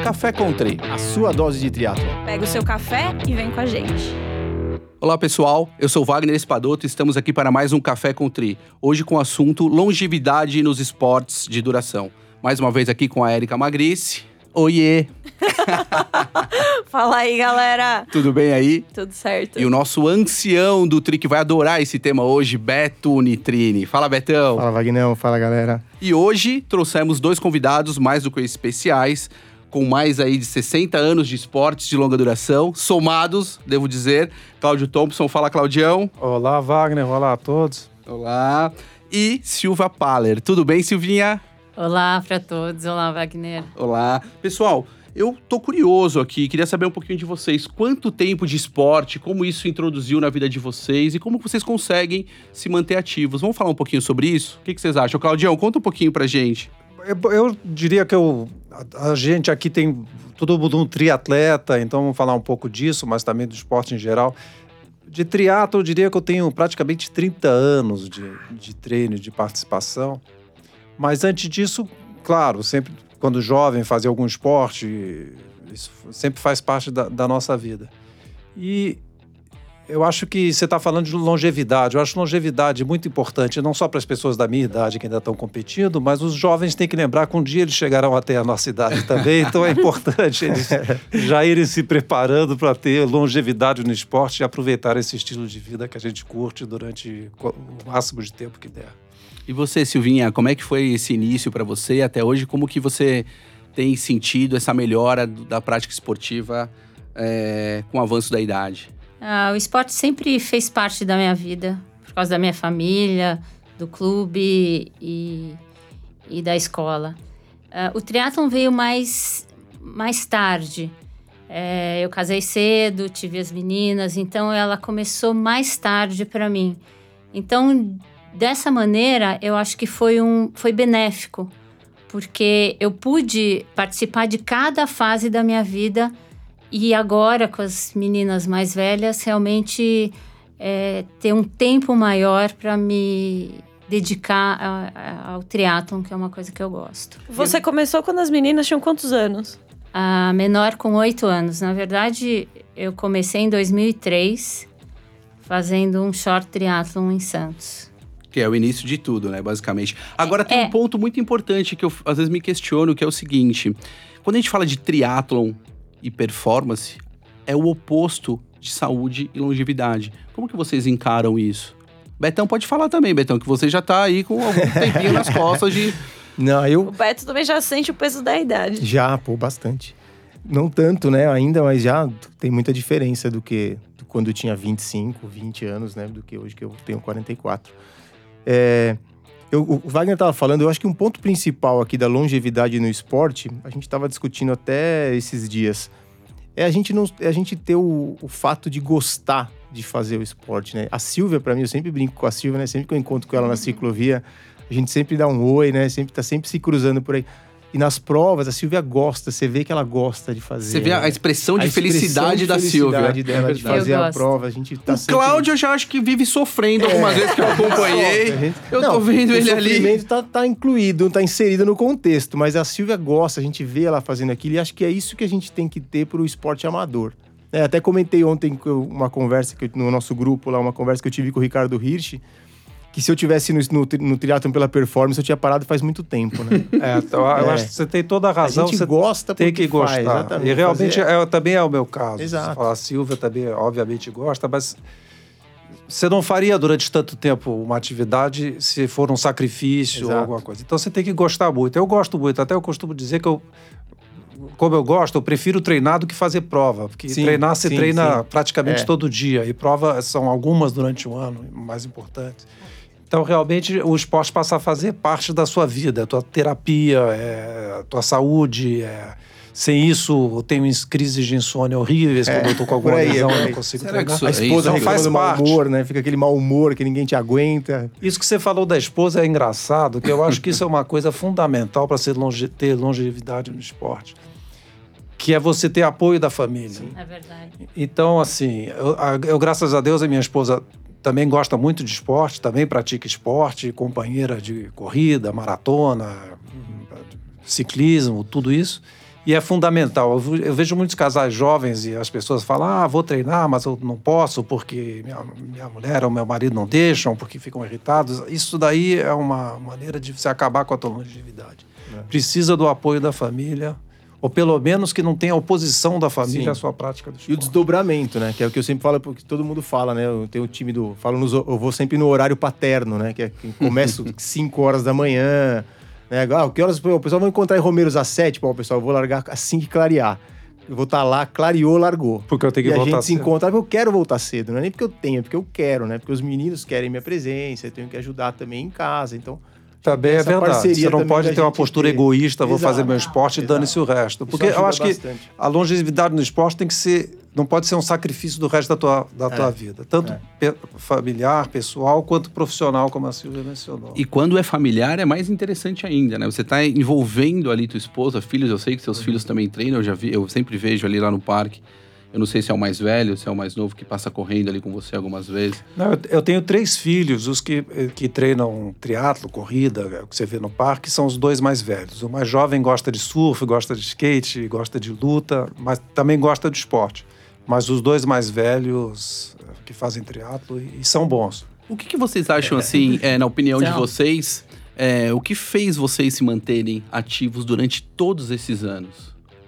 Café Country, a sua dose de triatlon. Pega o seu café e vem com a gente. Olá pessoal, eu sou Wagner Espadoto e estamos aqui para mais um Café Country. Hoje com o assunto longevidade nos esportes de duração. Mais uma vez aqui com a Érica Magrice. Oiê! Fala aí, galera! Tudo bem aí? Tudo certo. E o nosso ancião do Tri, que vai adorar esse tema hoje, Beto Nitrini. Fala, Betão! Fala, Vagnão. Fala, galera. E hoje trouxemos dois convidados mais do que especiais, com mais aí de 60 anos de esportes de longa duração, somados, devo dizer. Cláudio Thompson, fala, Claudião. Olá, Wagner. Olá a todos. Olá. E Silvia Paller. Tudo bem, Silvinha? Olá para todos, olá Wagner. Olá. Pessoal, eu tô curioso aqui, queria saber um pouquinho de vocês. Quanto tempo de esporte, como isso introduziu na vida de vocês e como vocês conseguem se manter ativos? Vamos falar um pouquinho sobre isso? O que vocês acham? Claudião, conta um pouquinho pra gente. Eu diria que a gente aqui tem todo mundo um triatleta, então vamos falar um pouco disso, mas também do esporte em geral. De triatlo, eu diria que eu tenho praticamente 30 anos de treino, de participação. Mas antes disso, claro, sempre quando jovem fazer algum esporte, isso sempre faz parte da nossa vida. E eu acho que você está falando de longevidade. Eu acho longevidade muito importante, não só para as pessoas da minha idade que ainda estão competindo, mas os jovens têm que lembrar que um dia eles chegarão até a nossa idade também. Então é importante eles já irem se preparando para ter longevidade no esporte e aproveitar esse estilo de vida que a gente curte durante o máximo de tempo que der. E você, Silvinha, como é que foi esse início para você até hoje? Como que você tem sentido essa melhora da prática esportiva com o avanço da idade? O esporte sempre fez parte da minha vida, por causa da minha família, do clube e da escola. O triatlon veio mais tarde. Eu casei cedo, tive as meninas, então ela começou mais tarde para mim. Então, dessa maneira, eu acho que foi benéfico, porque eu pude participar de cada fase da minha vida e agora, com as meninas mais velhas, realmente ter um tempo maior para me dedicar ao triatlon, que é uma coisa que eu gosto. Você começou quando as meninas tinham quantos anos? A menor com 8 anos. Na verdade, eu comecei em 2003, fazendo um short triatlon em Santos. Que é o início de tudo, né, basicamente. Agora tem um ponto muito importante que eu às vezes me questiono, que é o seguinte. Quando a gente fala de triatlon e performance, é o oposto de saúde e longevidade. Como que vocês encaram isso? Betão pode falar também, Betão, que você já tá aí com algum tempinho nas costas de... Não, O Beto também já sente o peso da idade. Já, bastante. Não tanto, né, ainda, mas já tem muita diferença do que quando eu tinha 25, 20 anos, né, do que hoje que eu tenho 44. O Wagner estava falando, eu acho que um ponto principal aqui da longevidade no esporte, a gente estava discutindo até esses dias, a gente ter o fato de gostar de fazer o esporte, né? A Silvia, para mim, eu sempre brinco com a Silvia, né? Sempre que eu encontro com ela na ciclovia, a gente sempre dá um oi, né? Tá sempre se cruzando por aí. E nas provas, a Silvia gosta, você vê que ela gosta de fazer. Você vê a expressão de felicidade da Silvia. Dela de fazer a prova. A gente tá o Cláudio eu já acho que vive sofrendo algumas vezes que eu acompanhei. Tô vendo ele ali. O sofrimento tá incluído, tá inserido no contexto. Mas a Silvia gosta, a gente vê ela fazendo aquilo. E acho que é isso que a gente tem que ter pro esporte amador. Até comentei ontem uma conversa no nosso grupo lá, uma conversa que eu tive com o Ricardo Hirsch, que se eu tivesse no triatlon pela performance, eu tinha parado faz muito tempo, né? Eu acho que você tem toda a razão. A gente você gosta tem que gostar. Exatamente. E realmente também é o meu caso. Exato. A Silvia também, obviamente, gosta, mas você não faria durante tanto tempo uma atividade se for um sacrifício ou alguma coisa. Então você tem que gostar muito. Eu gosto muito. Até eu costumo dizer que como eu gosto, eu prefiro treinar do que fazer prova. Porque treinar, você treina praticamente todo dia. E provas são algumas durante o ano, mais importantes. Então, realmente, o esporte passa a fazer parte da sua vida, a tua terapia, a tua saúde. Sem isso, eu tenho crises de insônia horríveis, quando eu tô com alguma lesão, eu não consigo treinar. A esposa reclama do mau humor, né? Fica aquele mau humor que ninguém te aguenta. Isso que você falou da esposa é engraçado, que eu acho que isso é uma coisa fundamental para ter longevidade no esporte. Que é você ter apoio da família. Sim. É verdade. Então, assim, eu graças a Deus, a minha esposa também gosta muito de esporte, também pratica esporte, companheira de corrida, maratona, ciclismo, tudo isso. E é fundamental. Eu vejo muitos casais jovens e as pessoas falam, vou treinar, mas eu não posso porque minha mulher ou meu marido não deixam, porque ficam irritados. Isso daí é uma maneira de você acabar com a tua longevidade. Precisa do apoio da família, ou pelo menos que não tenha oposição da família à sua prática do esporte. E o desdobramento, né? Que é o que eu sempre falo, porque todo mundo fala, né? Eu tenho o time eu vou sempre no horário paterno, né? Que é que começa 5 horas da manhã, né? Que horas o pessoal vai encontrar em Romeiros às 7? Pô, pessoal, eu vou largar assim que clarear. Eu vou estar lá, clareou, largou. Porque eu tenho que voltar cedo. E a gente se encontra porque eu quero voltar cedo. Não é nem porque eu tenho, é porque eu quero, né? Porque os meninos querem minha presença, eu tenho que ajudar também em casa, então... Também é verdade. Você não pode ter uma postura egoísta, vou fazer meu esporte e dane-se o resto. Porque eu acho que a longevidade no esporte tem que ser, não pode ser um sacrifício do resto da tua vida. Tanto familiar, pessoal, quanto profissional, como a Silvia mencionou. E quando é familiar é mais interessante ainda, né? Você está envolvendo ali tua esposa, filhos, eu sei que seus filhos também treinam, eu sempre vejo ali lá no parque. Eu não sei se é o mais velho, se é o mais novo que passa correndo ali com você algumas vezes. Não, eu tenho 3 filhos, os que treinam triatlo, corrida, que você vê no parque, são os 2 mais velhos. O mais jovem gosta de surf, gosta de skate, gosta de luta, mas também gosta de esporte. Mas os 2 mais velhos que fazem triatlo e são bons. O que vocês acham, assim, na opinião de vocês, o que fez vocês se manterem ativos durante todos esses anos?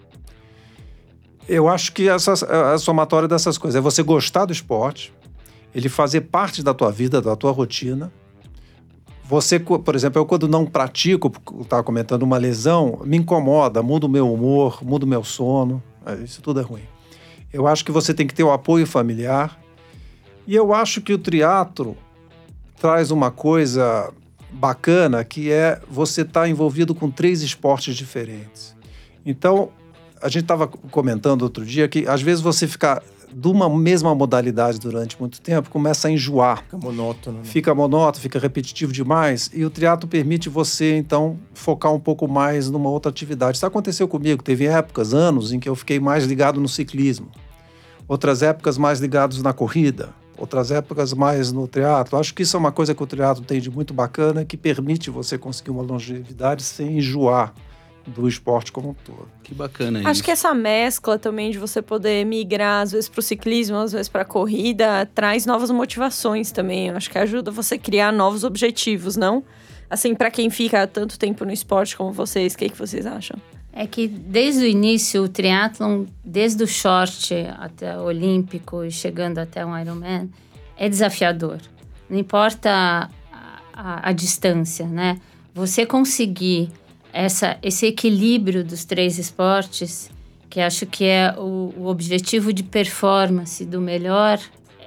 Eu acho que a somatória dessas coisas é você gostar do esporte, ele fazer parte da tua vida, da tua rotina. Você, por exemplo, eu quando não pratico, eu estava comentando uma lesão, me incomoda, muda o meu humor, muda o meu sono, isso tudo é ruim. Eu acho que você tem que ter o apoio familiar e eu acho que o triatlo traz uma coisa bacana que é você estar envolvido com 3 esportes diferentes. Então, a gente estava comentando outro dia que às vezes você ficar de uma mesma modalidade durante muito tempo começa a enjoar. Fica monótono. Né? Fica monótono, fica repetitivo demais. E o triatlo permite você, então, focar um pouco mais numa outra atividade. Isso aconteceu comigo. Teve épocas, anos, em que eu fiquei mais ligado no ciclismo. Outras épocas mais ligados na corrida. Outras épocas mais no triatlo. Acho que isso é uma coisa que o triatlo tem de muito bacana, que permite você conseguir uma longevidade sem enjoar do esporte como um todo. Que bacana isso. Acho que essa mescla também de você poder migrar, às vezes, para o ciclismo, às vezes para a corrida, traz novas motivações também. Acho que ajuda você a criar novos objetivos, não? Assim, para quem fica tanto tempo no esporte como vocês, o que vocês acham? É que desde o início, o triatlon, desde o short até o olímpico e chegando até um Ironman, é desafiador. Não importa a distância, né? Você conseguir esse equilíbrio dos 3 esportes, que acho que é o objetivo de performance do melhor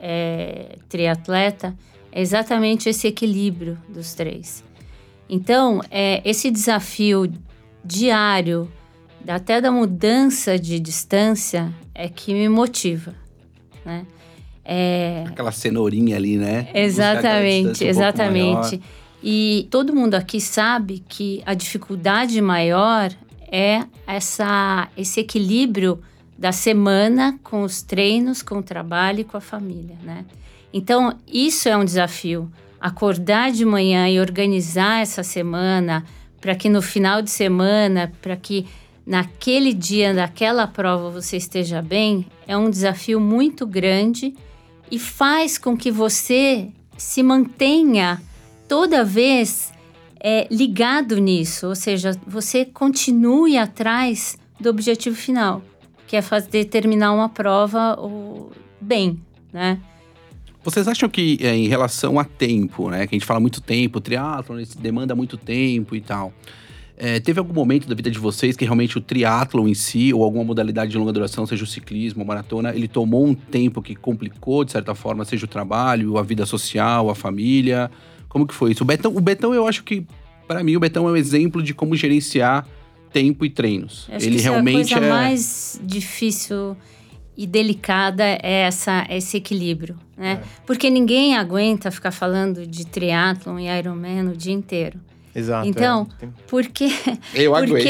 triatleta, é exatamente esse equilíbrio dos 3. Então, esse desafio diário, até da mudança de distância, é que me motiva, né? Aquela cenourinha ali, né? Exatamente, exatamente. E todo mundo aqui sabe que a dificuldade maior é esse equilíbrio da semana com os treinos, com o trabalho e com a família, né? Então, isso é um desafio. Acordar de manhã e organizar essa semana para que no final de semana, para que naquele dia daquela prova você esteja bem, é um desafio muito grande e faz com que você se mantenha toda vez ligado nisso, ou seja, você continue atrás do objetivo final, que é terminar uma prova bem, né? Vocês acham que em relação a tempo, né, que a gente fala muito tempo, triatlon demanda muito tempo e tal, teve algum momento da vida de vocês que realmente o triatlon em si, ou alguma modalidade de longa duração, seja o ciclismo, a maratona, ele tomou um tempo que complicou, de certa forma, seja o trabalho, a vida social, a família? Como que foi isso? O Betão, eu acho que, para mim, o Betão é um exemplo de como gerenciar tempo e treinos. Acho que realmente a coisa mais difícil e delicada é esse equilíbrio, né? Porque ninguém aguenta ficar falando de triatlon e Ironman o dia inteiro. Exato. Então, porque... Eu aguento.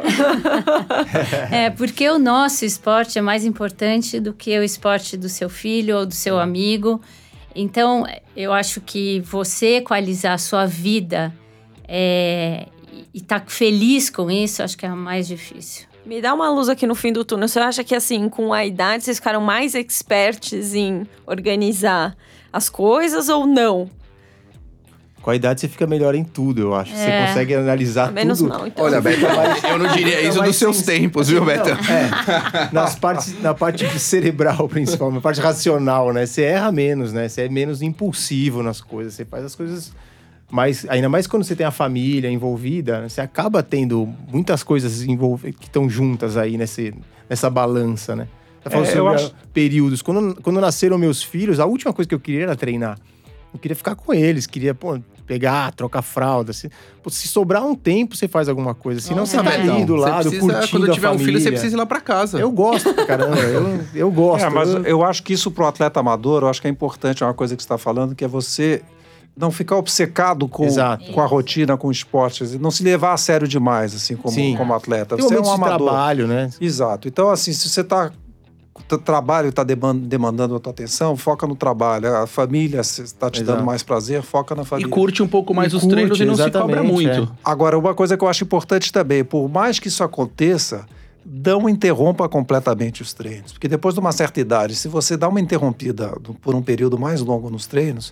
Porque o nosso esporte é mais importante do que o esporte do seu filho ou do seu amigo. Então, eu acho que você equalizar a sua vida e estar feliz com isso, acho que é o mais difícil. Me dá uma luz aqui no fim do túnel. Você acha que, assim, com a idade, vocês ficaram mais experts em organizar as coisas ou não? Com a idade, você fica melhor em tudo, eu acho. Você consegue analisar Menos tudo. mal, então. Olha, Beto, eu não diria isso dos seus tempos, viu, Beto? Na parte cerebral, principalmente, na parte racional, né? Você erra menos, né? Você é menos impulsivo nas coisas. Você faz as coisas mais... Ainda mais quando você tem a família envolvida, você acaba tendo muitas coisas que estão juntas aí nessa balança, né? Tá falando sobre períodos. Quando nasceram meus filhos, a última coisa que eu queria era treinar. Eu queria ficar com eles, queria, pegar, trocar fralda. Se sobrar um tempo, você faz alguma coisa. Senão você tá ali do lado, curtindo quando tiver a um filho, família. você precisa ir lá pra casa. Eu gosto, caramba. Eu gosto. Mas eu acho que isso pro atleta amador, eu acho que é importante, é uma coisa que você está falando, que é você não ficar obcecado com a rotina, com o esporte. Não se levar a sério demais, assim, como atleta. Tem você é um de amador. trabalho, né? Exato. Então, assim, se você tá... O trabalho está demandando a tua atenção, foca no trabalho. A família está te dando mais prazer, foca na família. E curte um pouco mais os treinos e não se cobra muito. Agora, uma coisa que eu acho importante também, por mais que isso aconteça, não interrompa completamente os treinos. Porque depois de uma certa idade, se você dá uma interrompida por um período mais longo nos treinos,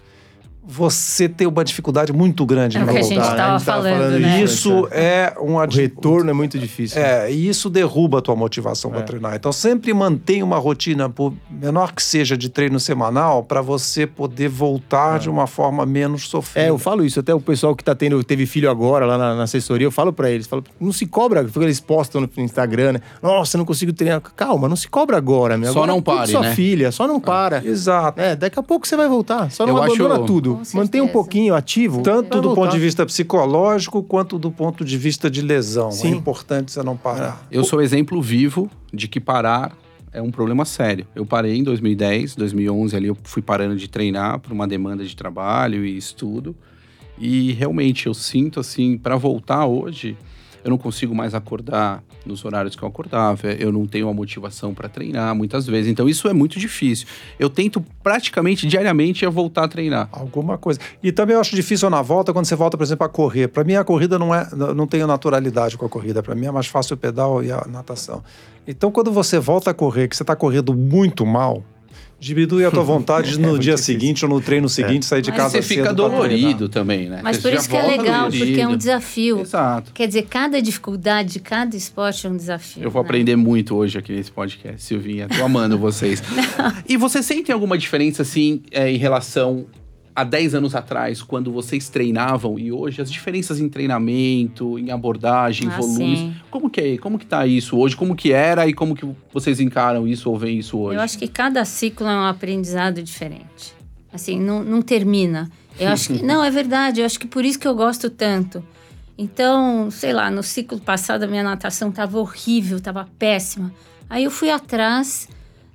você tem uma dificuldade muito grande em voltar. É o que a gente estava falando, né? Isso é o retorno é muito difícil. E isso derruba a tua motivação para treinar. Então, sempre mantenha uma rotina, por menor que seja, de treino semanal, para você poder voltar de uma forma menos sofrida. Eu falo isso. Até o pessoal que teve filho agora lá na assessoria, eu falo para eles, não se cobra, porque eles postam no Instagram, né? Nossa, não consigo treinar. Calma, não se cobra agora, meu. Só agora não pare, sua filha, só não para. Exato. Daqui a pouco você vai voltar. Só não abandona tudo. Mantém um pouquinho ativo. Tanto do ponto de vista psicológico, quanto do ponto de vista de lesão. Sim. É importante você não parar. Eu sou exemplo vivo de que parar é um problema sério. Eu parei em 2010, 2011, ali eu fui parando de treinar por uma demanda de trabalho e estudo. E realmente eu sinto assim, para voltar hoje, eu não consigo mais acordar nos horários que eu acordava, eu não tenho a motivação para treinar muitas vezes, então isso é muito difícil. Eu tento praticamente diariamente voltar a treinar. Alguma coisa. E também eu acho difícil na volta, quando você volta, por exemplo, a correr. Para mim a corrida não tem naturalidade com a corrida, para mim é mais fácil o pedal e a natação. Então quando você volta a correr, que você está correndo muito mal, diminui a tua vontade no dia seguinte ou no treino seguinte, sair de casa cedo. Mas você fica dolorido também, né? Mas por isso que é legal, porque é um desafio. Exato. Quer dizer, cada dificuldade de cada esporte é um desafio. Eu vou aprender muito hoje aqui nesse podcast, Silvinha. Tô amando vocês. E você sente alguma diferença, assim, em relação a 10 anos atrás, quando vocês treinavam, e hoje as diferenças em treinamento, em abordagem, volumes? Sim. Como que tá isso hoje? Como que era e como que vocês encaram isso ou veem isso hoje? Eu acho que cada ciclo é um aprendizado diferente. Assim, não termina. Eu acho que, não, é verdade. Eu acho que por isso que eu gosto tanto. Então, sei lá, no ciclo passado a minha natação estava horrível, estava péssima. Aí eu fui atrás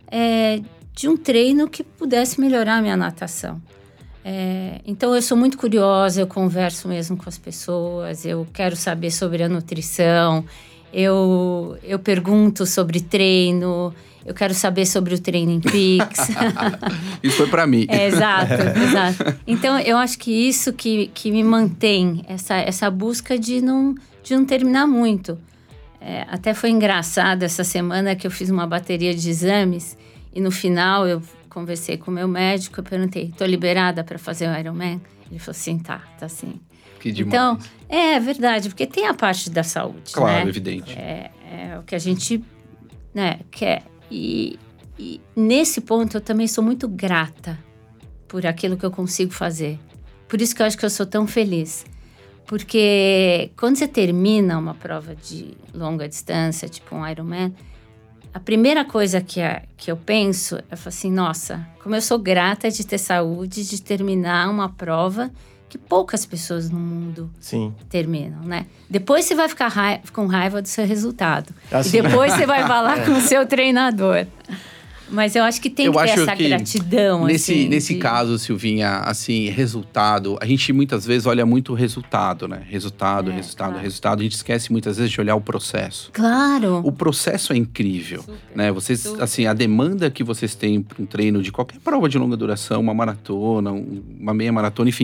de um treino que pudesse melhorar a minha natação. Então eu sou muito curiosa, eu converso mesmo com as pessoas, eu quero saber sobre a nutrição, eu pergunto sobre treino, eu quero saber sobre o Training Peaks. Isso foi pra mim. Exato. Então eu acho que isso que me mantém, essa busca de não terminar muito. Até foi engraçado essa semana que eu fiz uma bateria de exames e no final eu conversei com o meu médico, eu perguntei, tô liberada para fazer o Ironman? Ele falou assim, tá assim. Que demais. Então, é verdade, porque tem a parte da saúde, claro, né? Evidente. É o que a gente, né, quer. E nesse ponto eu também sou muito grata por aquilo que eu consigo fazer. Por isso que eu acho que eu sou tão feliz. Porque quando você termina uma prova de longa distância, tipo um Ironman, a primeira coisa que eu penso, eu falo assim, nossa, como eu sou grata de ter saúde, de terminar uma prova que poucas pessoas no mundo terminam, né? Depois você vai ficar com raiva do seu resultado. E depois você vai falar com o seu treinador. Mas eu acho que tem que ter essa gratidão. Nesse caso, Silvinha, assim, resultado, a gente muitas vezes olha muito o resultado, né? Resultado. A gente esquece muitas vezes de olhar o processo. Claro. O processo é incrível, né? Vocês, assim, a demanda que vocês têm para um treino de qualquer prova de longa duração, uma maratona, uma meia maratona, enfim,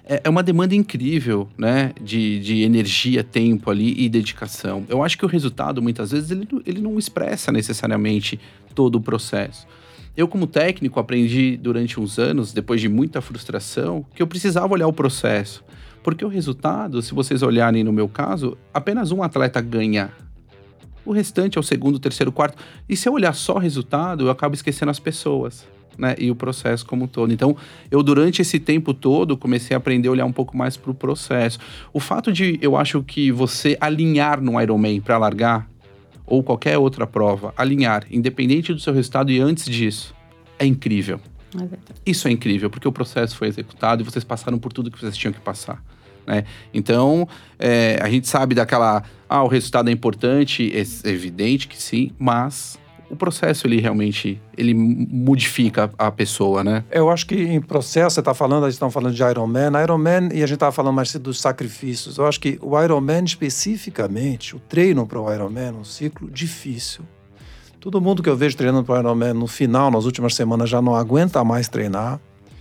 é uma demanda incrível, né? De energia, tempo ali e dedicação. Eu acho que o resultado, muitas vezes, ele não expressa necessariamente todo o processo. Eu, como técnico, aprendi durante uns anos, depois de muita frustração, que eu precisava olhar o processo. Porque o resultado, se vocês olharem no meu caso, apenas um atleta ganha. O restante é o segundo, terceiro, quarto. E se eu olhar só o resultado, eu acabo esquecendo as pessoas, né? E o processo como um todo. Então, eu durante esse tempo todo comecei a aprender a olhar um pouco mais para o processo. O fato de, eu acho que você alinhar no Ironman para largar, ou qualquer outra prova, alinhar, independente do seu resultado e antes disso, é incrível. É verdade. Isso é incrível, porque o processo foi executado e vocês passaram por tudo que vocês tinham que passar, né? Então, a gente sabe daquela... o resultado é importante, é evidente que sim, mas o processo, ele realmente, ele modifica a pessoa, né? Eu acho que em processo, a gente está falando de Ironman, e a gente estava falando mais dos sacrifícios. Eu acho que o Ironman especificamente, o treino para o Ironman, um ciclo difícil. Todo mundo que eu vejo treinando para o Ironman no final, nas últimas semanas, já não aguenta mais treinar.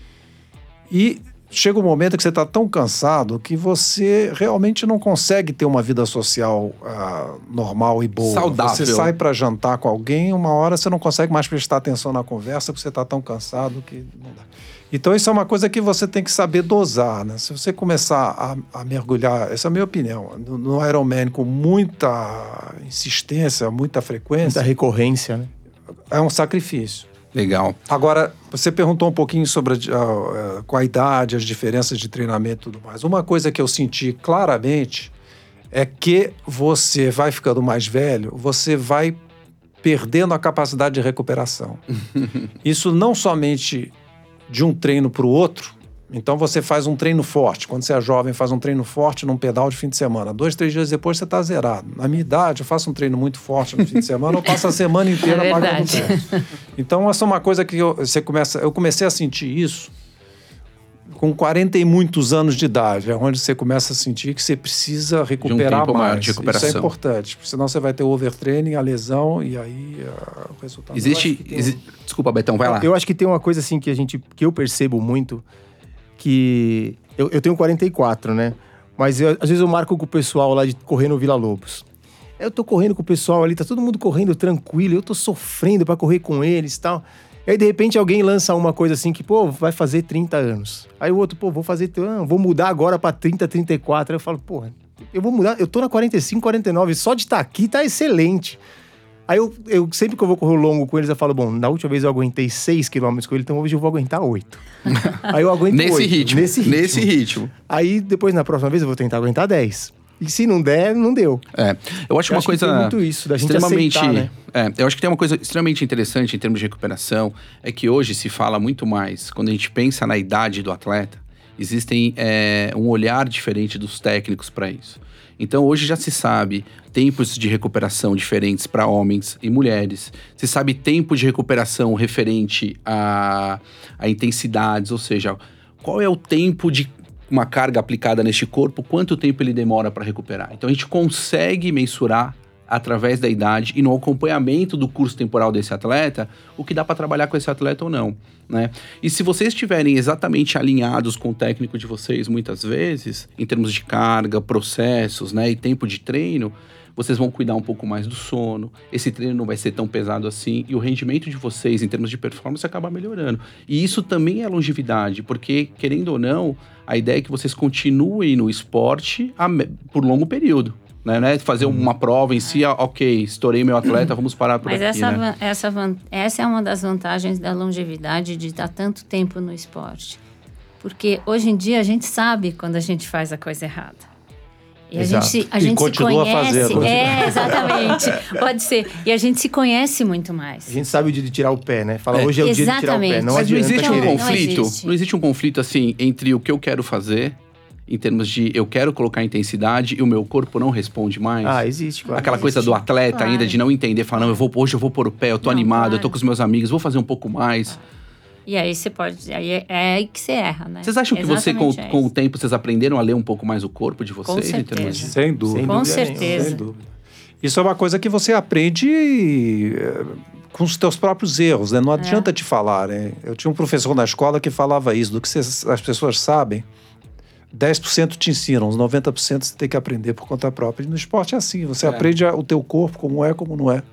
E chega um momento que você está tão cansado que você realmente não consegue ter uma vida social normal e boa. Saudável. Você sai para jantar com alguém, uma hora você não consegue mais prestar atenção na conversa porque você está tão cansado que não dá. Então isso é uma coisa que você tem que saber dosar, né? Se você começar a mergulhar, essa é a minha opinião, no Ironman com muita insistência, muita frequência... Muita recorrência, né? É um sacrifício. Legal. Agora, você perguntou um pouquinho sobre com a idade, as diferenças de treinamento e tudo mais. Uma coisa que eu senti claramente é que você vai ficando mais velho, você vai perdendo a capacidade de recuperação. Isso não somente de um treino para o outro. Então, você faz um treino forte. Quando você é jovem, faz um treino forte num pedal de fim de semana. 2, 3 dias depois, você está zerado. Na minha idade, eu faço um treino muito forte no fim de semana, eu passo a semana inteira pagando treino. Então, essa é uma coisa que eu comecei a sentir isso com 40 e muitos anos de idade. É onde você começa a sentir que você precisa recuperar tempo maior mais. de recuperação. Isso é importante. Senão você vai ter o overtraining, a lesão e aí o resultado... Desculpa, Betão, vai lá. Eu acho que tem uma coisa assim que eu percebo muito, que eu tenho 44, né? Mas às vezes eu marco com o pessoal lá de correr no Vila Lobos. Eu tô correndo com o pessoal ali, tá todo mundo correndo tranquilo, eu tô sofrendo pra correr com eles e tal. E aí, de repente, alguém lança uma coisa assim que, vai fazer 30 anos. Aí o outro, vou mudar agora pra 30, 34. Aí eu falo, eu vou mudar, eu tô na 45, 49, só de estar aqui tá excelente. Aí eu sempre que eu vou correr longo com eles, eu falo, na última vez eu aguentei 6 km com ele, então hoje eu vou aguentar 8. Aí eu aguento 8. Nesse ritmo. Aí depois, na próxima vez, eu vou tentar aguentar 10. E se não der, não deu. Eu acho uma coisa... Que muito isso, da gente extremamente, aceitar, né? Eu acho que tem uma coisa extremamente interessante em termos de recuperação, é que hoje se fala muito mais, quando a gente pensa na idade do atleta, existem um olhar diferente dos técnicos para isso. Então, hoje já se sabe tempos de recuperação diferentes para homens e mulheres. Se sabe tempo de recuperação referente a intensidades, ou seja, qual é o tempo de uma carga aplicada neste corpo, quanto tempo ele demora para recuperar. Então, a gente consegue mensurar através da idade e no acompanhamento do curso temporal desse atleta, o que dá para trabalhar com esse atleta ou não, né? E se vocês estiverem exatamente alinhados com o técnico de vocês, muitas vezes, em termos de carga, processos, né, e tempo de treino, vocês vão cuidar um pouco mais do sono, esse treino não vai ser tão pesado assim, e o rendimento de vocês, em termos de performance, acaba melhorando. E isso também é longevidade, porque, querendo ou não, a ideia é que vocês continuem no esporte por longo período. Né? Fazer uma prova em si, ok, estourei meu atleta, vamos parar por aqui, né? Essa é uma das vantagens da longevidade de estar tanto tempo no esporte. Porque hoje em dia a gente sabe quando a gente faz a coisa errada. E a gente se conhece. Exatamente. Pode ser. E a gente se conhece muito mais. A gente sabe o dia de tirar o pé, né? Fala, hoje é o dia de tirar o pé. Mas não existe um conflito? Não existe um conflito, assim, entre o que eu quero fazer, em termos de eu quero colocar intensidade e o meu corpo não responde mais? Existe, claro. Aquela coisa do atleta ainda de não entender, falar, hoje eu vou pôr o pé, eu tô animado, eu tô com os meus amigos, vou fazer um pouco mais. E aí você pode... É aí que você erra, né? Vocês acham que você, com o tempo, vocês aprenderam a ler um pouco mais o corpo de vocês? Com certeza. Sem dúvida. Com certeza. Sem dúvida. Isso é uma coisa que você aprende com os teus próprios erros, né? Não adianta te falar, né? Eu tinha um professor na escola que falava isso, do que as pessoas sabem, 10% te ensinam, os 90% você tem que aprender por conta própria. E no esporte é assim, você aprende o teu corpo, como é, como não é.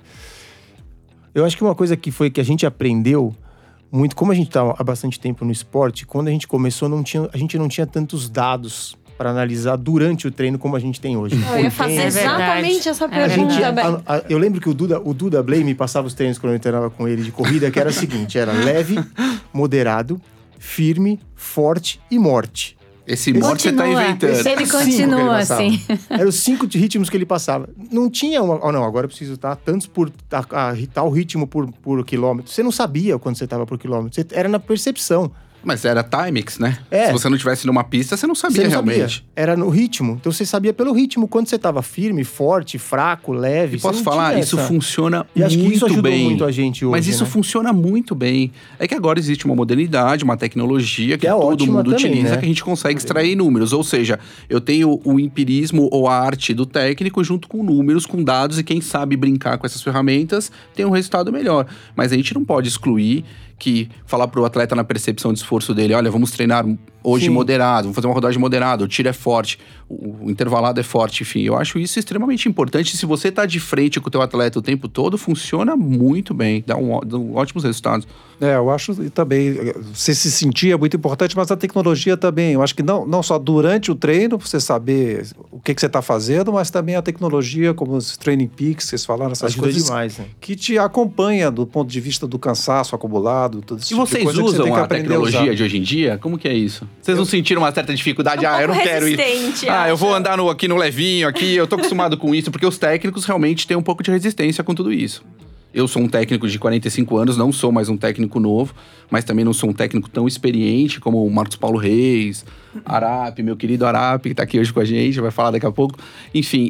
Eu acho que uma coisa que a gente aprendeu muito, como a gente está há bastante tempo no esporte, quando a gente começou, a gente não tinha tantos dados para analisar durante o treino como a gente tem hoje. Eu ia fazer exatamente essa pergunta. Eu lembro que o Duda Blay me passava os treinos quando eu treinava com ele de corrida, que era o seguinte, era leve, moderado, firme, forte e morte. Esse morte você tá inventando. Ele continua assim. Eram os 5 ritmos que ele passava. Não tinha não, agora eu preciso estar tantos por tal ritmo por quilômetro. Você não sabia quando você estava por quilômetro. Era na percepção. Mas era timings, né? Se você não tivesse numa pista, você não sabia realmente. Era no ritmo. Então você sabia pelo ritmo quando você estava firme, forte, fraco, leve. E posso falar, isso funciona muito bem. E acho que isso ajudou muito a gente hoje. Mas isso funciona muito bem. É que agora existe uma modernidade, uma tecnologia que todo mundo utiliza, que a gente consegue extrair números. Ou seja, eu tenho o empirismo ou a arte do técnico junto com números, com dados, e quem sabe brincar com essas ferramentas tem um resultado melhor. Mas a gente não pode excluir que falar pro atleta na percepção de esforço dele, olha, vamos treinar hoje moderado, vamos fazer uma rodagem moderada, o tiro é forte, o intervalado é forte, enfim. Eu acho isso extremamente importante. Se você tá de frente com o teu atleta o tempo todo, funciona muito bem, dá ótimos resultados. Eu acho também, você se sentir é muito importante, mas a tecnologia também. Eu acho que não só durante o treino, você saber o que você está fazendo, mas também a tecnologia, como os Training Peaks, vocês falaram, essas coisas demais, né? Que te acompanha do ponto de vista do cansaço acumulado, tudo isso. E vocês usam a tecnologia de hoje em dia? Como que é isso? Vocês não sentiram uma certa dificuldade? Eu não quero ir. Eu vou andar aqui no levinho, eu tô acostumado com isso, porque os técnicos realmente têm um pouco de resistência com tudo isso. Eu sou um técnico de 45 anos, não sou mais um técnico novo, mas também não sou um técnico tão experiente como o Marcos Paulo Reis, Arap, meu querido Arap, que tá aqui hoje com a gente, vai falar daqui a pouco. Enfim,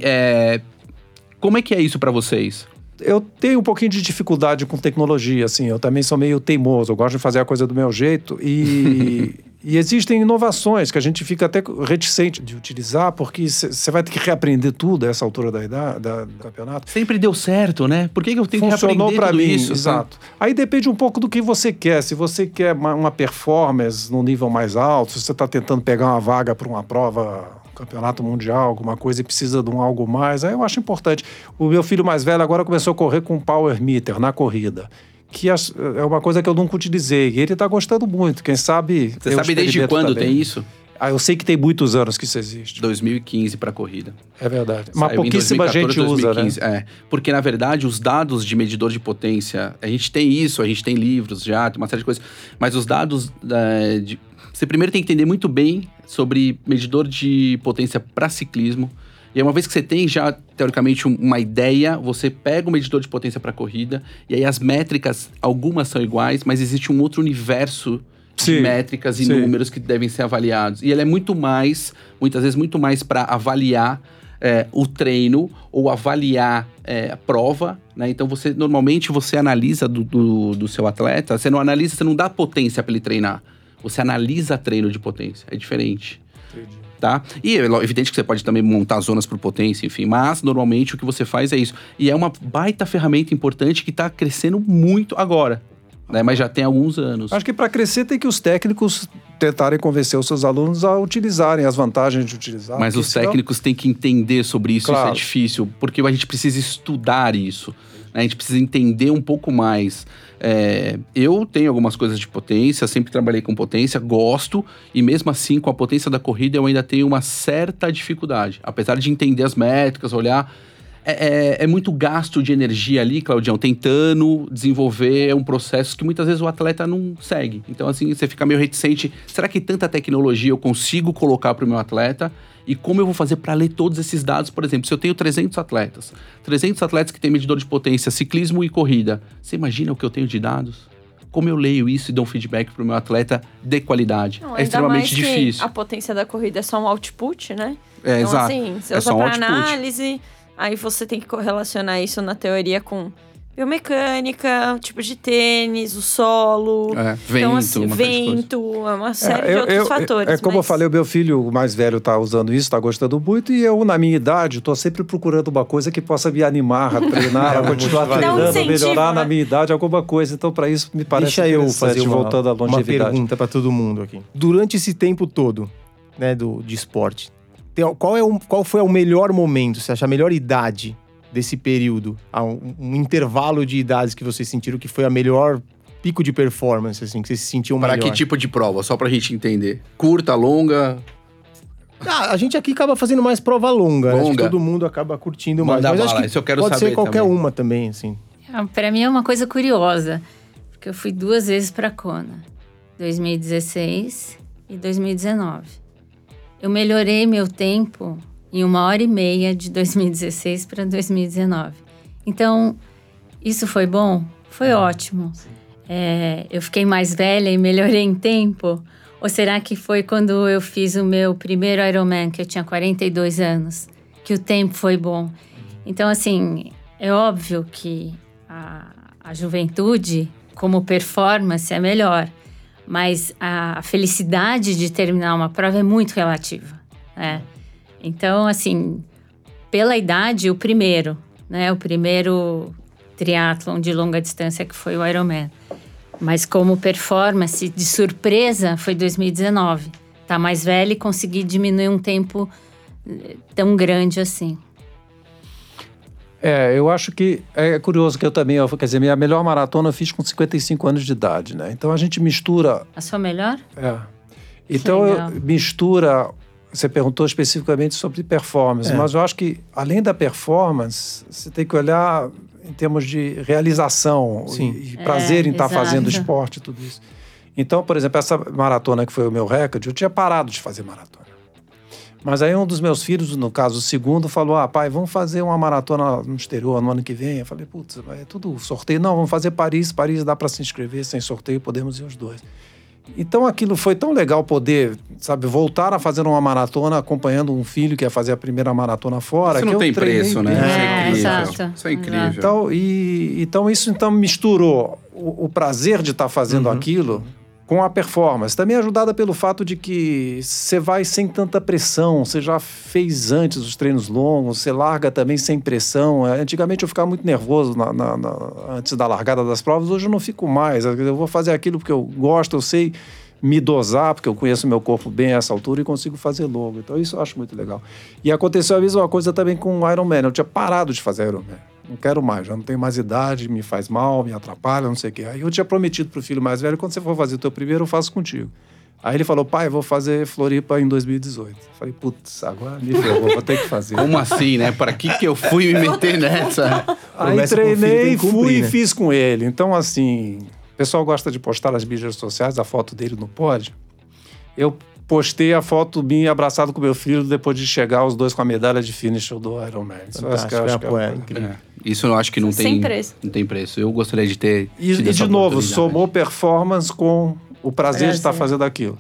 como é que é isso pra vocês? Eu tenho um pouquinho de dificuldade com tecnologia, assim, eu também sou meio teimoso, eu gosto de fazer a coisa do meu jeito e existem inovações que a gente fica até reticente de utilizar, porque você vai ter que reaprender tudo a essa altura do campeonato. Sempre deu certo, né? Por que eu tenho que reaprender pra tudo mim, isso? Exato. Aí depende um pouco do que você quer. Se você quer uma performance num nível mais alto, se você está tentando pegar uma vaga para uma prova, campeonato mundial, alguma coisa, e precisa de algo mais, aí eu acho importante. O meu filho mais velho agora começou a correr com power meter na corrida, que é uma coisa que eu nunca utilizei. E ele está gostando muito, quem sabe... Você sabe desde quando tem isso? Eu sei que tem muitos anos que isso existe. 2015 para corrida. É verdade. Mas pouquíssima gente usa, 2015, né? Porque, na verdade, os dados de medidor de potência... A gente tem isso, a gente tem livros já, tem uma série de coisas. Mas os dados... Você primeiro tem que entender muito bem sobre medidor de potência para ciclismo. E aí, uma vez que você tem já, teoricamente, uma ideia, você pega o medidor de potência para corrida. E aí, as métricas, algumas são iguais, mas existe um outro universo de métricas e números que devem ser avaliados. E ele é muitas vezes, muito mais para avaliar o treino ou avaliar a prova, né? Então, normalmente, você analisa do seu atleta, você não dá potência para ele treinar. Você analisa treino de potência, é diferente. Entendi. Tá? E é evidente que você pode também montar zonas por potência, enfim, mas normalmente o que você faz é isso. E é uma baita ferramenta importante que está crescendo muito agora, né? Mas já tem alguns anos. Acho que para crescer tem que os técnicos tentarem convencer os seus alunos a utilizarem as vantagens de utilizar. Mas os técnicos têm que entender sobre isso, Isso é difícil, porque a gente precisa estudar isso. A gente precisa entender um pouco mais. Eu tenho algumas coisas de potência, sempre trabalhei com potência, gosto, e mesmo assim, com a potência da corrida, eu ainda tenho uma certa dificuldade. Apesar de entender as métricas, olhar... É muito gasto de energia ali, Claudião, tentando desenvolver um processo que muitas vezes o atleta não segue. Então, assim, você fica meio reticente. Será que tanta tecnologia eu consigo colocar para o meu atleta? E como eu vou fazer para ler todos esses dados? Por exemplo, se eu tenho 300 atletas que têm medidor de potência, ciclismo e corrida, você imagina o que eu tenho de dados? Como eu leio isso e dou um feedback para o meu atleta de qualidade? É extremamente difícil. A potência da corrida é só um output, né? Então, exato. Assim, você usa para análise, aí você tem que correlacionar isso na teoria com biomecânica, tipo de tênis, o solo. Vento, uma série de outros fatores. Como eu falei, o meu filho mais velho tá usando isso, tá gostando muito, e eu, na minha idade, tô sempre procurando uma coisa que possa me animar a treinar, a continuar treinando, melhorar na minha idade alguma coisa. Então, para isso, me parece Deixa eu fazer voltando à longevidade. Uma pergunta para todo mundo aqui. Durante esse tempo todo, né, de esporte. Qual foi o melhor momento, você acha a melhor idade desse período? Um intervalo de idades que vocês sentiram que foi a melhor pico de performance, assim, que vocês se sentiam melhor? Para que tipo de prova? Só pra gente entender. Curta, longa? A gente aqui acaba fazendo mais prova longa. Né? Acho que todo mundo acaba curtindo mais. Mas acho que isso eu quero pode saber ser qualquer também. uma também, assim. Para mim é uma coisa curiosa, porque eu fui 2 vezes para Kona, 2016 e 2019. Eu melhorei meu tempo em 1h30 de 2016 para 2019. Então, isso foi bom? Foi ótimo. Eu fiquei mais velha e melhorei em tempo? Ou será que foi quando eu fiz o meu primeiro Ironman, que eu tinha 42 anos, que o tempo foi bom? Então, assim, é óbvio que a juventude, como performance, é melhor. Mas a felicidade de terminar uma prova é muito relativa, né? Então, assim, pela idade, o primeiro triatlon de longa distância que foi o Ironman. Mas como performance, de surpresa, foi 2019. Tá mais velha e consegui diminuir um tempo tão grande assim. Eu acho que é curioso que eu também, quer dizer, minha melhor maratona eu fiz com 55 anos de idade, né? Então a gente mistura... A sua melhor? Então mistura... Você perguntou especificamente sobre performance, mas eu acho que além da performance, você tem que olhar em termos de realização e prazer em estar fazendo esporte e tudo isso. Então, por exemplo, essa maratona que foi o meu recorde, eu tinha parado de fazer maratona. Mas aí um dos meus filhos, no caso o segundo, falou, pai, vamos fazer uma maratona no exterior no ano que vem. Eu falei, putz, é tudo sorteio. Não, vamos fazer Paris dá para se inscrever sem sorteio, podemos ir os dois. Então aquilo foi tão legal poder, voltar a fazer uma maratona acompanhando um filho que ia fazer a primeira maratona fora. Isso não tem preço, né? Exato. Isso é incrível. Então isso misturou o prazer de estar fazendo aquilo com a performance. Também ajudada pelo fato de que você vai sem tanta pressão, você já fez antes os treinos longos, você larga também sem pressão. Antigamente eu ficava muito nervoso antes da largada das provas, hoje eu não fico mais. Eu vou fazer aquilo porque eu gosto, eu sei me dosar, porque eu conheço meu corpo bem a essa altura e consigo fazer longo. Então isso eu acho muito legal. E aconteceu a mesma coisa também com o Ironman. Eu tinha parado de fazer Ironman. Não quero mais, já não tenho mais idade, me faz mal, me atrapalha, não sei o quê. Aí eu tinha prometido pro filho mais velho, quando você for fazer o teu primeiro, eu faço contigo. Aí ele falou, pai, eu vou fazer Floripa em 2018. Eu falei, putz, agora me ferrou, vou ter que fazer. Como assim, né? Para que eu fui me meter nessa? Aí treinei, fui e fiz com ele. Então, assim, o pessoal gosta de postar nas mídias sociais a foto dele no pódio. Eu postei a foto minha abraçado com meu filho depois de chegar os dois com a medalha de finisher do Ironman. Isso eu acho que é incrível. Isso eu acho que não tem preço. Não tem preço. Eu gostaria de ter... E de novo, somou performance com o prazer de estar fazendo aquilo.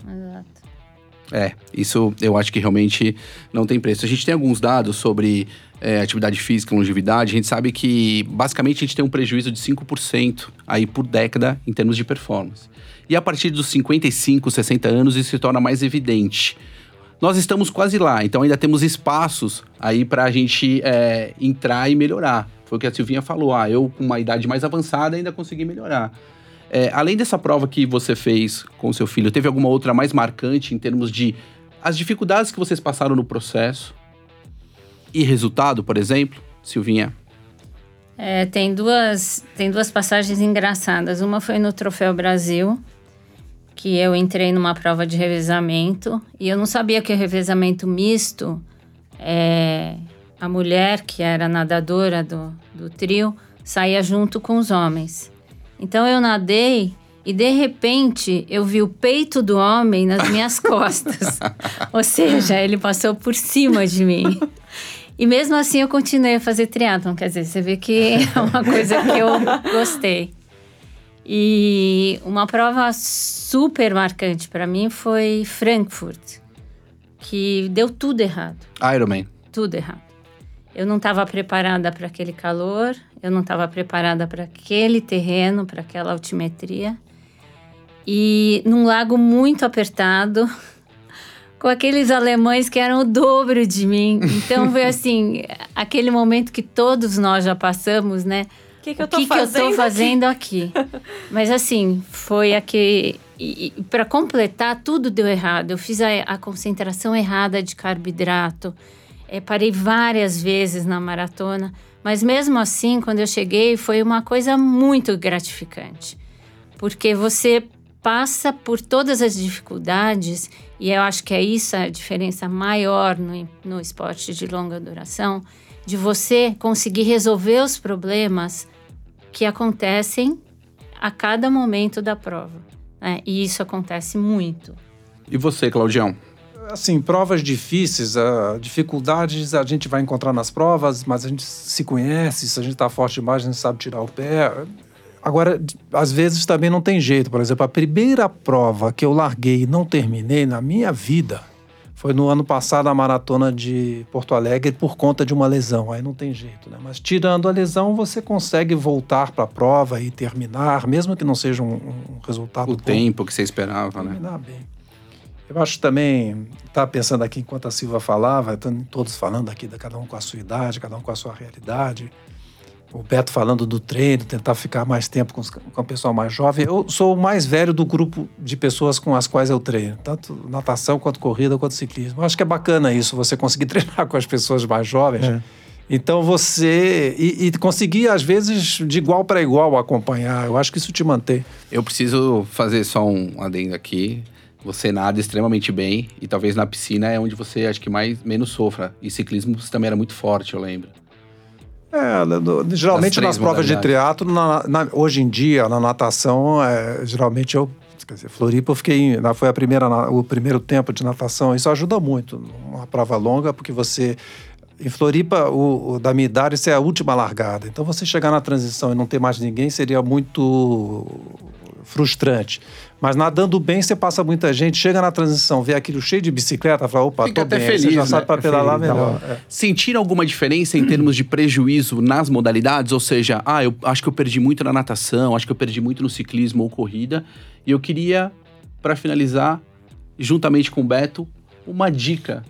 Exato. Isso eu acho que realmente não tem preço. A gente tem alguns dados sobre atividade física, longevidade. A gente sabe que, basicamente, a gente tem um prejuízo de 5% aí por década em termos de performance. E a partir dos 55, 60 anos, isso se torna mais evidente. Nós estamos quase lá, então ainda temos espaços aí para a gente entrar e melhorar. Foi o que a Silvinha falou, eu com uma idade mais avançada ainda consegui melhorar. Além dessa prova que você fez com o seu filho, teve alguma outra mais marcante em termos de as dificuldades que vocês passaram no processo e resultado, por exemplo? Silvinha? Tem duas passagens engraçadas. Uma foi no Troféu Brasil, que eu entrei numa prova de revezamento e eu não sabia que o revezamento misto, a mulher, que era nadadora do trio, saía junto com os homens. Então eu nadei e de repente eu vi o peito do homem nas minhas costas. Ou seja, ele passou por cima de mim. E mesmo assim eu continuei a fazer triatlon. Quer dizer, você vê que é uma coisa que eu gostei. E uma prova super marcante para mim foi Frankfurt, que deu tudo errado. Ironman. Tudo errado. Eu não estava preparada para aquele calor, eu não estava preparada para aquele terreno, para aquela altimetria. E num lago muito apertado, com aqueles alemães que eram o dobro de mim. Então foi assim, aquele momento que todos nós já passamos, né? O que eu tô fazendo aqui? Mas assim, foi aqui... E para completar, tudo deu errado. Eu fiz a concentração errada de carboidrato. Parei várias vezes na maratona. Mas mesmo assim, quando eu cheguei, foi uma coisa muito gratificante. Porque você passa por todas as dificuldades, e eu acho que é isso a diferença maior no esporte de longa duração, de você conseguir resolver os problemas que acontecem a cada momento da prova, né? E isso acontece muito. E você, Claudião? Assim, provas difíceis, dificuldades a gente vai encontrar nas provas, mas a gente se conhece, se a gente está forte demais, a gente sabe tirar o pé. Agora, às vezes também não tem jeito. Por exemplo, a primeira prova que eu larguei e não terminei na minha vida foi no ano passado, a maratona de Porto Alegre, por conta de uma lesão. Aí não tem jeito, né? Mas tirando a lesão, você consegue voltar para a prova e terminar, mesmo que não seja um resultado o bom. Tempo que você esperava, né? Terminar bem. Eu acho também, estava pensando aqui enquanto a Silva falava, todos falando aqui, cada um com a sua idade, cada um com a sua realidade. O Beto falando do treino, tentar ficar mais tempo com o pessoal mais jovem. Eu sou o mais velho do grupo de pessoas com as quais eu treino, tanto natação, quanto corrida, quanto ciclismo. Eu acho que é bacana isso, você conseguir treinar com as pessoas mais jovens. É. Então você... E conseguir, às vezes, de igual para igual acompanhar. Eu acho que isso te mantém. Eu preciso fazer só um adendo aqui. Você nada extremamente bem e talvez na piscina é onde você acho que menos sofra. E ciclismo você também era muito forte, eu lembro. Geralmente nas provas de triatlo, hoje em dia, na natação, geralmente Floripa, foi o primeiro tempo de natação. Isso ajuda muito numa prova longa, porque você... Em Floripa, da minha idade, isso é a última largada. Então, você chegar na transição e não ter mais ninguém seria muito frustrante. Mas nadando bem, você passa muita gente, chega na transição, vê aquilo cheio de bicicleta, fala, opa, fica tô até bem. Feliz, você já né? sabe para pedalar melhor. Sentiram alguma diferença em termos de prejuízo nas modalidades? Ou seja, eu acho que eu perdi muito na natação, acho que eu perdi muito no ciclismo ou corrida. E eu queria, para finalizar, juntamente com o Beto, uma dica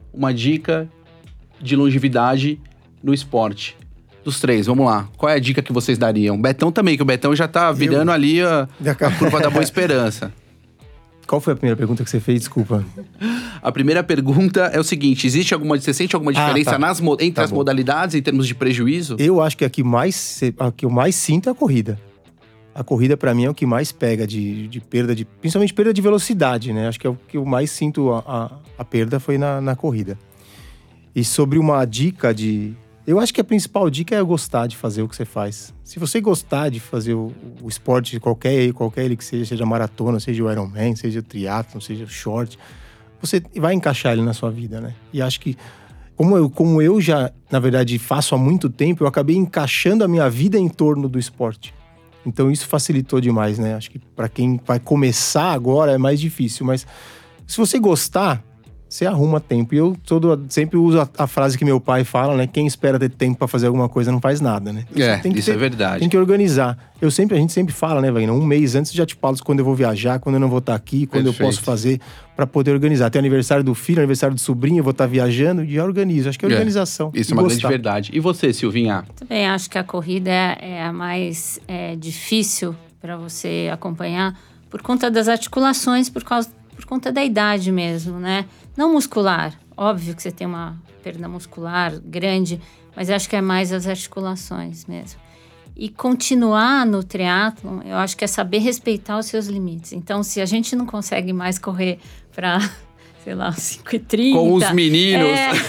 de longevidade no esporte. Dos três, vamos lá. Qual é a dica que vocês dariam? Betão também, que o Betão já tá virando ali a curva da Boa Esperança. Qual foi a primeira pergunta que você fez? Desculpa. A primeira pergunta é o seguinte, você sente alguma diferença entre as modalidades em termos de prejuízo? Eu acho que a que eu mais sinto é a corrida. A corrida, para mim, é o que mais pega de perda, principalmente perda de velocidade, né? Acho que é o que eu mais sinto a perda foi na corrida. E sobre uma dica eu acho que a principal dica é gostar de fazer o que você faz. Se você gostar de fazer o esporte, qualquer ele que seja maratona, seja o Ironman, seja o triatlon, seja o short, você vai encaixar ele na sua vida, né? E acho que, como eu já, na verdade, faço há muito tempo, eu acabei encaixando a minha vida em torno do esporte. Então isso facilitou demais, né? Acho que para quem vai começar agora é mais difícil, mas se você gostar, você arruma tempo. E eu sempre uso a frase que meu pai fala, né? Quem espera ter tempo pra fazer alguma coisa não faz nada, né? Isso é verdade. Tem que organizar. A gente sempre fala, né, Wagner? Um mês antes já te falo quando eu vou viajar, quando eu não vou estar aqui, quando eu posso fazer pra poder organizar. Tem aniversário do filho, aniversário do sobrinho, eu vou estar viajando e já organizo. Acho que é organização. Isso é uma grande verdade. E você, Silvinha? Também acho que a corrida é a mais difícil para você acompanhar por conta das articulações, por conta da idade mesmo, né? Não muscular. Óbvio que você tem uma perda muscular grande, mas eu acho que é mais as articulações mesmo. E continuar no triatlon, eu acho que é saber respeitar os seus limites. Então, se a gente não consegue mais correr para, sei lá, 5h30... Com os meninos!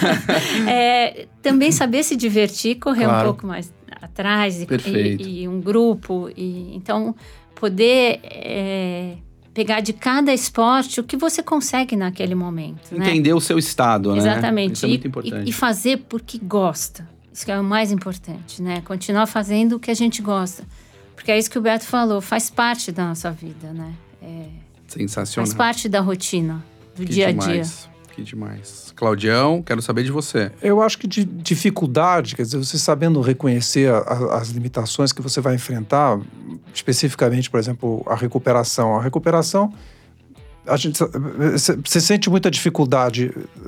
Também saber se divertir, correr um pouco mais atrás e um grupo. Então, poder... pegar de cada esporte o que você consegue naquele momento. Entender o seu estado, né? Exatamente. Isso é muito importante. E fazer porque gosta. Isso que é o mais importante, né? Continuar fazendo o que a gente gosta. Porque é isso que o Beto falou, faz parte da nossa vida, né? Sensacional. Faz parte da rotina, do dia a dia. Que demais. Claudião, quero saber de você. Eu acho que de dificuldade, quer dizer, você sabendo reconhecer as limitações que você vai enfrentar, especificamente, por exemplo, a recuperação. A recuperação, Você sente muita dificuldade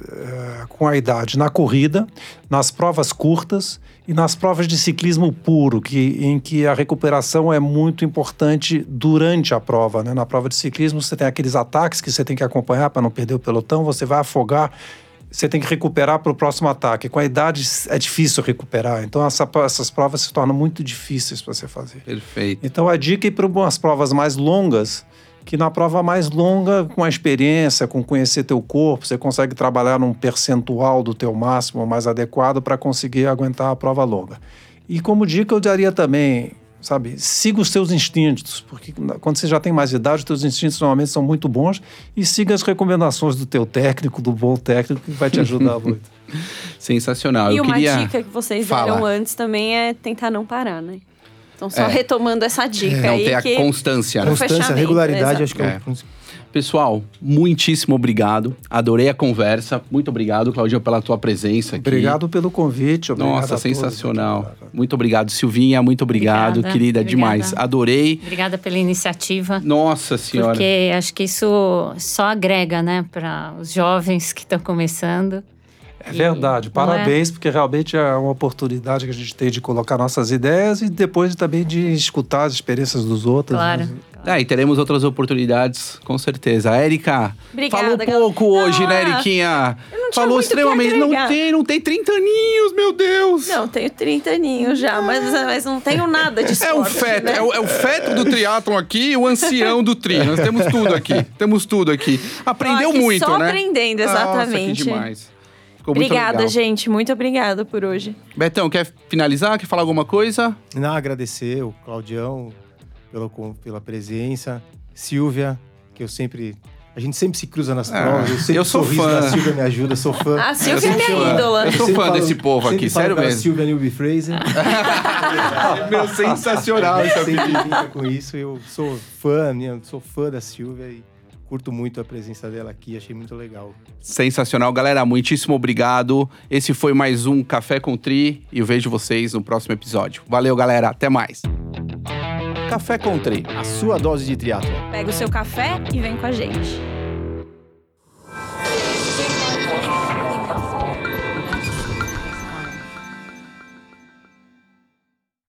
com a idade na corrida, nas provas curtas e nas provas de ciclismo puro, em que a recuperação é muito importante durante a prova, né? Na prova de ciclismo você tem aqueles ataques que você tem que acompanhar para não perder o pelotão, você vai afogar, você tem que recuperar para o próximo ataque. Com a idade é difícil recuperar, então essas provas se tornam muito difíceis para você fazer. Perfeito. Então a dica é ir para umas provas mais longas, que na prova mais longa, com a experiência, com conhecer teu corpo, você consegue trabalhar num percentual do teu máximo mais adequado para conseguir aguentar a prova longa. E como dica eu daria também, sabe, siga os seus instintos, porque quando você já tem mais idade, os teus instintos normalmente são muito bons, e siga as recomendações do teu técnico, do bom técnico, que vai te ajudar muito. Sensacional. E uma dica que vocês deram antes também é tentar não parar, né? Então, só retomando essa dica aí. Não ter a constância. Constância, regularidade, acho que é um... Pessoal, muitíssimo obrigado. Adorei a conversa. Muito obrigado, Claudio, pela tua presença aqui. Obrigado pelo convite. Nossa, sensacional. Muito obrigado, Silvinha. Muito obrigado, querida. Obrigada. Demais. Adorei. Obrigada pela iniciativa. Nossa Senhora. Porque acho que isso só agrega, né, para os jovens que estão começando. É verdade, parabéns, porque realmente é uma oportunidade que a gente tem de colocar nossas ideias e depois também de escutar as experiências dos outros. Claro. Né? E teremos outras oportunidades, com certeza. Érica, falou pouco hoje, né, Eriquinha? Falou extremamente. Não tem 30 aninhos, meu Deus! Não, tenho 30 aninhos já, mas não tenho nada de esporte. É o feto, né? é o feto do triatlon aqui e o ancião do tri. Nós temos tudo aqui. Aprendeu muito, só né? aprendendo, exatamente. Nossa, que demais. Obrigada, gente. Muito obrigada por hoje. Betão, quer finalizar? Quer falar alguma coisa? Não, agradecer o Claudião pela presença. Silvia, que a gente sempre se cruza nas provas. Eu sou fã. A Silvia me ajuda, sou fã. A Silvia é minha ídola. Eu sou fã desse povo aqui, sério mesmo. Silvia Newby Fraser. Meu, sensacional isso aqui. Sempre brinca com isso. Eu sou fã da Silvia e curto muito a presença dela aqui, achei muito legal. Sensacional, galera, muitíssimo obrigado. Esse foi mais um Café com Tri e eu vejo vocês no próximo episódio. Valeu, galera, até mais. Café com Tri, a sua dose de triatlon. Pega o seu café e vem com a gente.